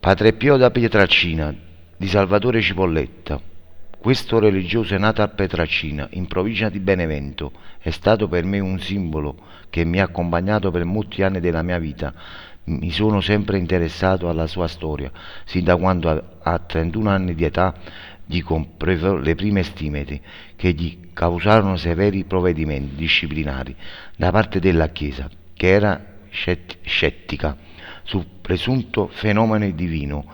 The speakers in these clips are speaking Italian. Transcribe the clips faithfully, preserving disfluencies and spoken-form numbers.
Padre Pio da Pietracina, di Salvatore Cipolletta. Questo religioso è nato a Pietracina, in provincia di Benevento. È stato per me un simbolo che mi ha accompagnato per molti anni della mia vita. Mi sono sempre interessato alla sua storia, sin da quando a, a trentuno anni di età gli comprevo le prime stime che gli causarono severi provvedimenti disciplinari da parte della Chiesa, che era scettica sul presunto fenomeno divino.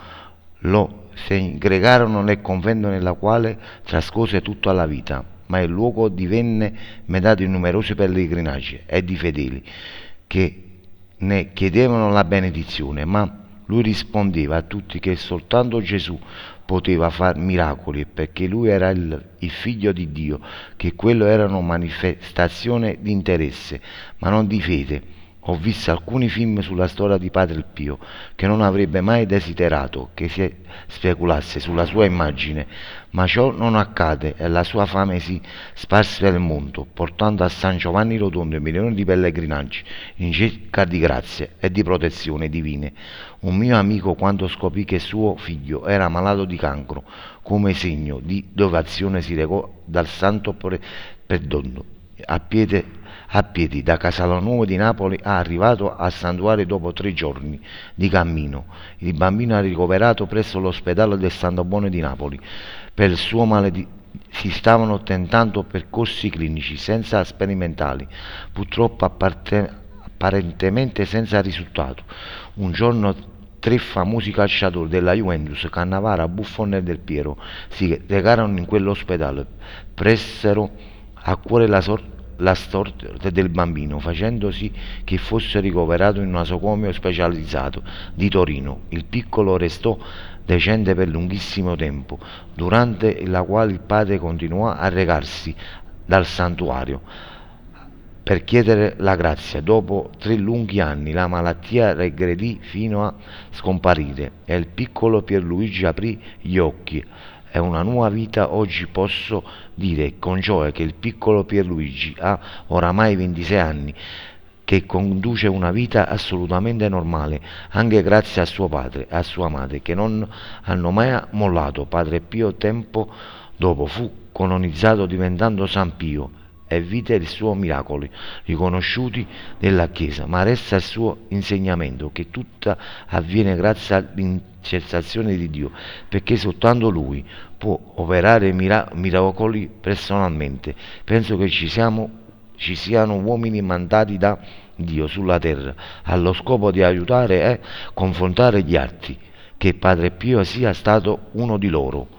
Lo segregarono nel convento nella quale trascorse tutta la vita, ma il luogo divenne meta di numerosi pellegrinaggi e di fedeli che ne chiedevano la benedizione, ma lui rispondeva a tutti che soltanto Gesù poteva fare miracoli, perché lui era il, il figlio di Dio, che quello erano manifestazioni di interesse, ma non di fede. Ho visto alcuni film sulla storia di Padre Pio che non avrebbe mai desiderato che si speculasse sulla sua immagine, ma ciò non accade e la sua fame si sparse per il mondo, portando a San Giovanni Rotondo milioni di pellegrinaggi in cerca di grazie e di protezione divine. Un mio amico, quando scoprì che suo figlio era malato di cancro, come segno di devozione si recò dal Santo Perdono a piedi a piedi da Casalnuovo di Napoli, arrivato al santuario dopo tre giorni di cammino. Il bambino è ricoverato presso l'ospedale del Santo Buono di Napoli. Per il suo male di... si stavano tentando percorsi clinici senza sperimentali, purtroppo apparte... apparentemente senza risultato. Un giorno tre famosi calciatori della Juventus, Cannavaro, Buffon e Del Piero, si recarono in quell'ospedale, pressero a cuore la sorte la sorte del bambino, facendo sì che fosse ricoverato in un nosocomio specializzato di Torino. Il piccolo restò decente per lunghissimo tempo, durante la quale il padre continuò a recarsi dal santuario per chiedere la grazia. Dopo tre lunghi anni la malattia regredì fino a scomparire e il piccolo Pierluigi aprì gli occhi. È una nuova vita. Oggi posso dire con gioia che il piccolo Pierluigi ha oramai ventisei anni, che conduce una vita assolutamente normale, anche grazie a suo padre e a sua madre, che non hanno mai mollato. Padre Pio tempo dopo fu canonizzato diventando San Pio e vide i suoi miracoli riconosciuti dalla Chiesa, ma resta il suo insegnamento che tutto avviene grazie all'intercessione di Dio, perché soltanto Lui può operare mira- miracoli personalmente. Penso che ci, siamo, ci siano uomini mandati da Dio sulla terra allo scopo di aiutare e confrontare gli altri, che Padre Pio sia stato uno di loro.